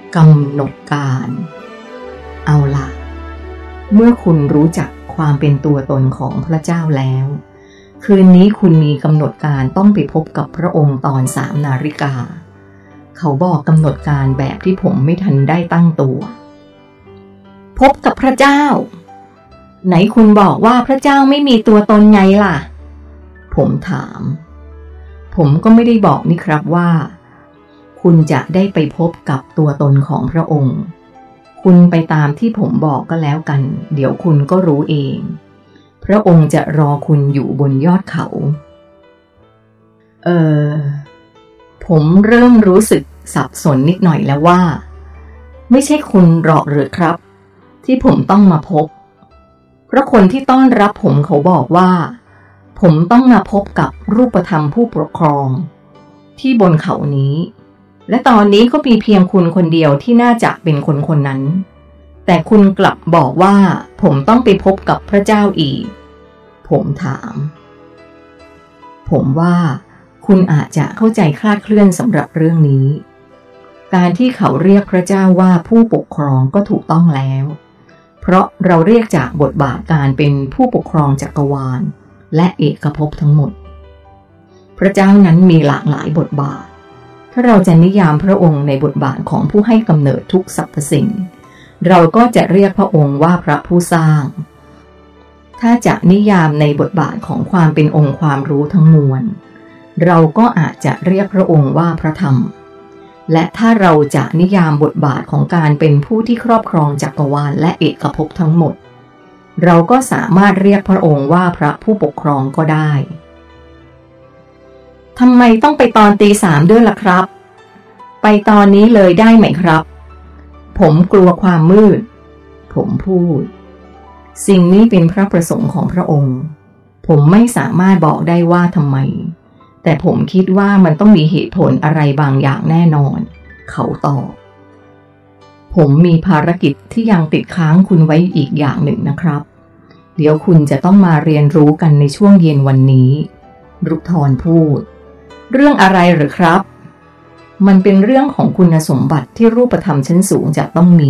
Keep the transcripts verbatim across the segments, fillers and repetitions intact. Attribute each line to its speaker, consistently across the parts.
Speaker 1: กำหนดการเอาล่ะเมื่อคุณรู้จักความเป็นตัวตนของพระเจ้าแล้วคืนนี้คุณมีกำหนดการต้องไปพบกับพระองค์ตอนสามนาฬิกาเขาบอกกำหนดการแบบที่ผมไม่ทันได้ตั้งตัวพบกับพระเจ้าไหนคุณบอกว่าพระเจ้าไม่มีตัวตนไงล่ะผมถามผมก็ไม่ได้บอกนี่ครับว่าคุณจะได้ไปพบกับตัวตนของพระองค์คุณไปตามที่ผมบอกก็แล้วกันเดี๋ยวคุณก็รู้เองพระองค์จะรอคุณอยู่บนยอดเขาเออผมเริ่มรู้สึกสับสนนิดหน่อยแล้วว่าไม่ใช่คุณหรอกหรือครับที่ผมต้องมาพบเพราะคนที่ต้อนรับผมเขาบอกว่าผมต้องมาพบกับรูปธรรมผู้ปกครองที่บนเขานี้และตอนนี้ก็มีเพียงคุณคนเดียวที่น่าจะเป็นคนคนนั้นแต่คุณกลับบอกว่าผมต้องไปพบกับพระเจ้าอีกผมถามผมว่าคุณอาจจะเข้าใจคลาดเคลื่อนสำหรับเรื่องนี้การที่เขาเรียกพระเจ้าว่าผู้ปกครองก็ถูกต้องแล้วเพราะเราเรียกจากบทบาทการเป็นผู้ปกครองจักรวาลและเอกภพทั้งหมดพระเจ้านั้นมีหลากหลายบทบาทถ้าเราจะนิยามพระองค์ในบทบาทของผู้ให้กำเนิดทุกสรรพสิ่งเราก็จะเรียกพระองค์ว่าพระผู้สร้างถ้าจะนิยามในบทบาทของความเป็นองค์ความรู้ทั้งมวลเราก็อาจจะเรียกพระองค์ว่าพระธรรมและถ้าเราจะนิยามบทบาทของการเป็นผู้ที่ครอบครองจักรวาลและเอกภพทั้งหมดเราก็สามารถเรียกพระองค์ว่าพระผู้ปกครองก็ได้ทำไมต้องไปตอนตีสามด้วยล่ะครับไปตอนนี้เลยได้ไหมครับผมกลัวความมืดผมพูดสิ่งนี้เป็นพระประสงค์ของพระองค์ผมไม่สามารถบอกได้ว่าทำไมแต่ผมคิดว่ามันต้องมีเหตุผลอะไรบางอย่างแน่นอนเขาตอบผมมีภารกิจที่ยังติดค้างคุณไว้อีกอย่างหนึ่งนะครับเดี๋ยวคุณจะต้องมาเรียนรู้กันในช่วงเย็นวันนี้รุกธรพูดเรื่องอะไรหรือครับมันเป็นเรื่องของคุณสมบัติที่รูปธรรมชั้นสูงจะต้องมี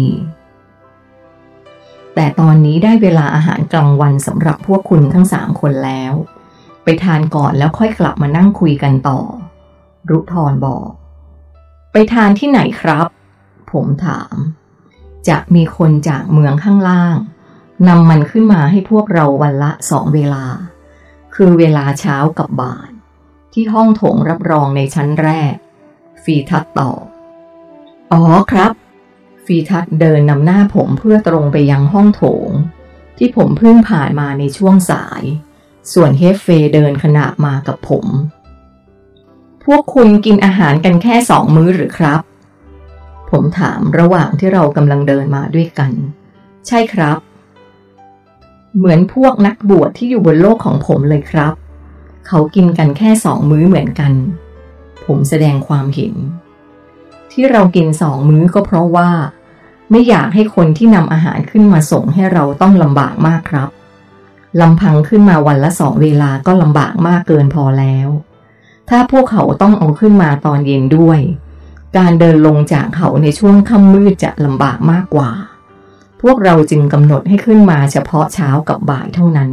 Speaker 1: แต่ตอนนี้ได้เวลาอาหารกลางวันสำหรับพวกคุณทั้งสามคนแล้วไปทานก่อนแล้วค่อยกลับมานั่งคุยกันต่อรุกธรบอกไปทานที่ไหนครับผมถามจะมีคนจากเมืองข้างล่างนำมันขึ้นมาให้พวกเราวันละสองเวลาคือเวลาเช้ากับบ่ายที่ห้องโถงรับรองในชั้นแรกฟีทัศตอบอ๋อครับฟีทัศเดินนำหน้าผมเพื่อตรงไปยังห้องโถงที่ผมเพิ่งผ่านมาในช่วงสายส่วนเฮฟเฟเดินขณะมากับผมพวกคุณกินอาหารกันแค่สองมื้อหรือครับผมถามระหว่างที่เรากำลังเดินมาด้วยกันใช่ครับเหมือนพวกนักบวชที่อยู่บนโลกของผมเลยครับเขากินกันแค่สองมื้อเหมือนกันผมแสดงความเห็นที่เรากินสองมื้อก็เพราะว่าไม่อยากให้คนที่นำอาหารขึ้นมาส่งให้เราต้องลำบากมากครับลำพังขึ้นมาวันละสองเวลาก็ลำบากมากเกินพอแล้วถ้าพวกเขาต้องเอาขึ้นมาตอนเย็นด้วยการเดินลงจากเขาในช่วงค่ำมืดจะลำบากมากกว่าพวกเราจึงกำหนดให้ขึ้นมาเฉพาะเช้ากับบ่ายเท่านั้น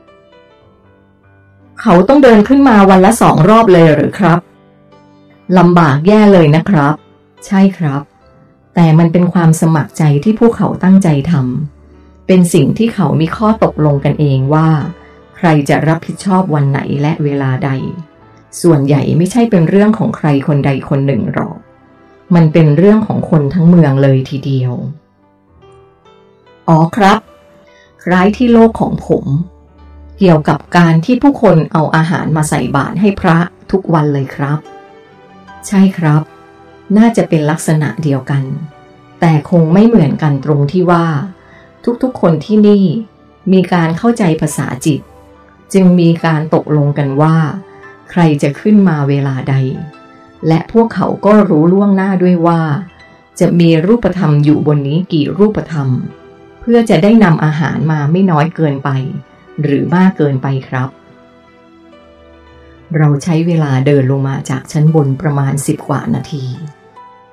Speaker 1: เขาต้องเดินขึ้นมาวันละสองรอบเลยหรือครับลำบากแย่เลยนะครับใช่ครับแต่มันเป็นความสมัครใจที่พวกเขาตั้งใจทำเป็นสิ่งที่เขามีข้อตกลงกันเองว่าใครจะรับผิดชอบวันไหนและเวลาใดส่วนใหญ่ไม่ใช่เป็นเรื่องของใครคนใดคนหนึ่งหรอกมันเป็นเรื่องของคนทั้งเมืองเลยทีเดียวอ๋อครับคล้ายที่โลกของผมเกี่ยวกับการที่ผู้คนเอาอาหารมาใส่บาตรให้พระทุกวันเลยครับใช่ครับน่าจะเป็นลักษณะเดียวกันแต่คงไม่เหมือนกันตรงที่ว่าทุกๆคนที่นี่มีการเข้าใจภาษาจิตจึงมีการตกลงกันว่าใครจะขึ้นมาเวลาใดและพวกเขาก็รู้ล่วงหน้าด้วยว่าจะมีรูปธรรมอยู่บนนี้กี่รูปธรรมเพื่อจะได้นำอาหารมาไม่น้อยเกินไปหรือมากเกินไปครับเราใช้เวลาเดินลงมาจากชั้นบนประมาณสิบกว่านาที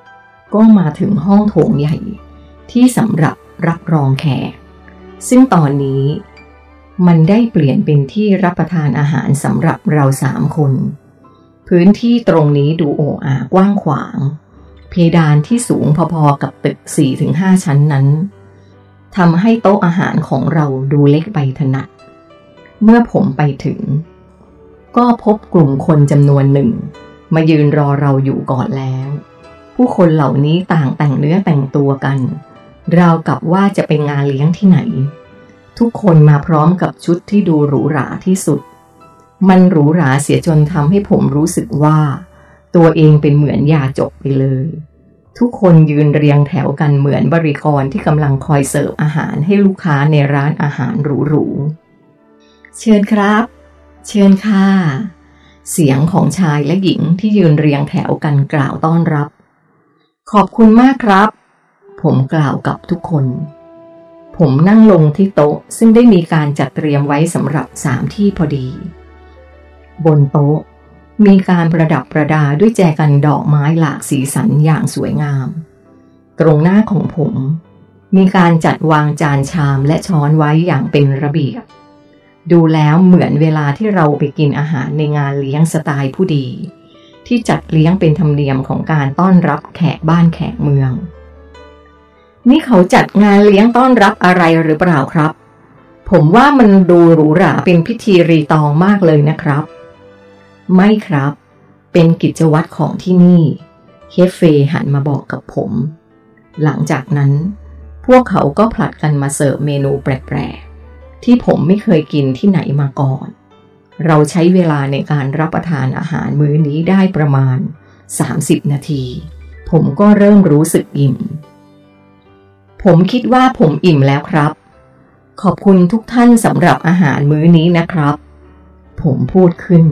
Speaker 1: ก็มาถึงห้องโถงใหญ่ที่สำหรับรับรองแขกซึ่งตอนนี้มันได้เปลี่ยนเป็นที่รับประทานอาหารสำหรับเราสามคนพื้นที่ตรงนี้ดูโอ้อากว้างขวางเพดานที่สูงพอๆกับตึก สี่ถึงห้า ชั้นนั้นทำให้โต๊ะอาหารของเราดูเล็กไปถนัดเมื่อผมไปถึงก็พบกลุ่มคนจำนวนหนึ่งมายืนรอเราอยู่ก่อนแล้วผู้คนเหล่านี้ต่างแต่งเนื้อแต่งตัวกันราวกับว่าจะเป็นงานเลี้ยงที่ไหนทุกคนมาพร้อมกับชุดที่ดูหรูหราที่สุดมันหรูหราเสียจนทำให้ผมรู้สึกว่าตัวเองเป็นเหมือนยาจกไปเลยทุกคนยืนเรียงแถวกันเหมือนบริกรที่กำลังคอยเสิร์ฟอาหารให้ลูกค้าในร้านอาหารหรูๆเชิญครับเชิญค่ะเสียงของชายและหญิงที่ยืนเรียงแถวกันกล่าวต้อนรับขอบคุณมากครับผมกล่าวกับทุกคนผมนั่งลงที่โต๊ะซึ่งได้มีการจัดเตรียมไว้สำหรับสามที่พอดีบนโต๊ะมีการประดับประดาด้วยแจกันดอกไม้หลากสีสันอย่างสวยงามตรงหน้าของผมมีการจัดวางจานชามและช้อนไว้อย่างเป็นระเบียบดูแล้วเหมือนเวลาที่เราไปกินอาหารในงานเลี้ยงสไตล์ผู้ดีที่จัดเลี้ยงเป็นธรรมเนียมของการต้อนรับแขกบ้านแขกเมืองนี่เขาจัดงานเลี้ยงต้อนรับอะไรหรือเปล่าครับผมว่ามันดูหรูหราเป็นพิธีรีตองมากเลยนะครับไม่ครับเป็นกิจวัตรของที่นี่เฮฟเฟย์หันมาบอกกับผมหลังจากนั้นพวกเขาก็ผลัดกันมาเสิร์ฟเมนูแปลกๆที่ผมไม่เคยกินที่ไหนมาก่อนเราใช้เวลาในการรับประทานอาหารมื้อนี้ได้ประมาณสามสิบนาทีผมก็เริ่มรู้สึกอิ่มผมคิดว่าผมอิ่มแล้วครับขอบคุณทุกท่านสำหรับอาหารมื้อนี้นะครับผมพูดขึ้น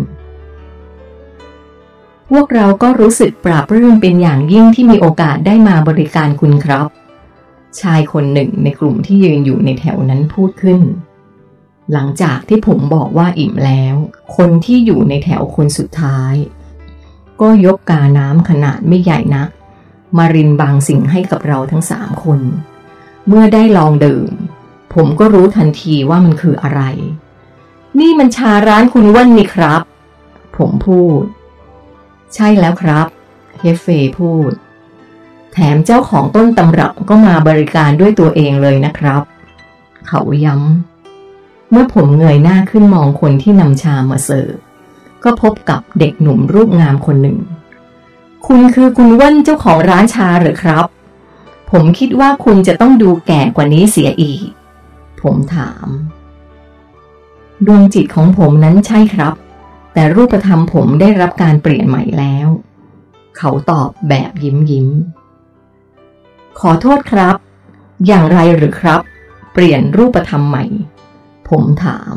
Speaker 1: พวกเราก็รู้สึกปลาบปลื้มเป็นอย่างยิ่งที่มีโอกาสได้มาบริการคุณครับชายคนหนึ่งในกลุ่มที่ยืนอยู่ในแถวนั้นพูดขึ้นหลังจากที่ผมบอกว่าอิ่มแล้วคนที่อยู่ในแถวคนสุดท้ายก็ยกกาน้ำขนาดไม่ใหญ่นักมารินบางสิ่งให้กับเราทั้งสามคนเมื่อได้ลองดื่มผมก็รู้ทันทีว่ามันคืออะไรนี่มันชาร้านคุณว่นนี่ครับผมพูดใช่แล้วครับเฮฟเฟย์พูดแถมเจ้าของต้นตำรับก็มาบริการด้วยตัวเองเลยนะครับเขาย้ำเมื่อผมเงยหน้าขึ้นมองคนที่นำชามาเสิร์ฟก็พบกับเด็กหนุ่มรูปงามคนหนึ่งคุณคือคุณว่นเจ้าของร้านชาหรือครับผมคิดว่าคุณจะต้องดูแก่กว่านี้เสียอีกผมถามดวงจิตของผมนั้นใช่ครับแต่รูปธรรมผมได้รับการเปลี่ยนใหม่แล้วเขาตอบแบบยิ้มยิ้มขอโทษครับอย่างไรหรือครับเปลี่ยนรูปธรรมใหม่ผมถาม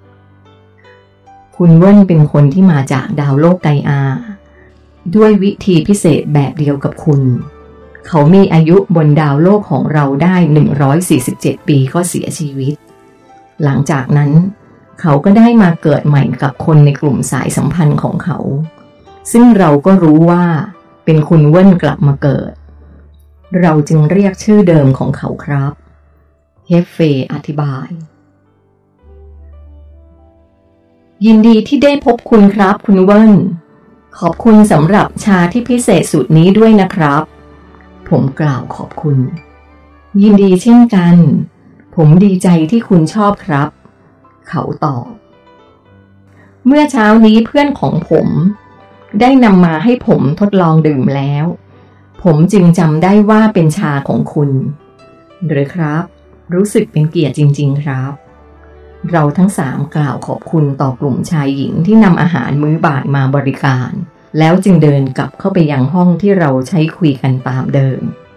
Speaker 1: คุณว่นเป็นคนที่มาจากดาวโลกไกอาด้วยวิธีพิเศษแบบเดียวกับคุณเขามีอายุบนดาวโลกของเราได้หนึ่งร้อยสี่สิบเจ็ดปีก็เสียชีวิตหลังจากนั้นเขาก็ได้มาเกิดใหม่กับคนในกลุ่มสายสัมพันธ์ของเขาซึ่งเราก็รู้ว่าเป็นคุณว่นกลับมาเกิดเราจึงเรียกชื่อเดิมของเขาครับเฮฟเฟย์อธิบายยินดีที่ได้พบคุณครับคุณว่นขอบคุณสำหรับชาที่พิเศษสุดนี้ด้วยนะครับผมกล่าวขอบคุณยินดีเช่นกันผมดีใจที่คุณชอบครับเขาตอบเมื่อเช้านี้เพื่อนของผมได้นำมาให้ผมทดลองดื่มแล้วผมจึงจำได้ว่าเป็นชาของคุณหรือครับรู้สึกเป็นเกียรติจริงๆครับเราทั้งสามกล่าวขอบคุณต่อกลุ่มชายหญิงที่นำอาหารมื้อบ่ายมาบริการแล้วจึงเดินกลับเข้าไปยังห้องที่เราใช้คุยกันตามเดิม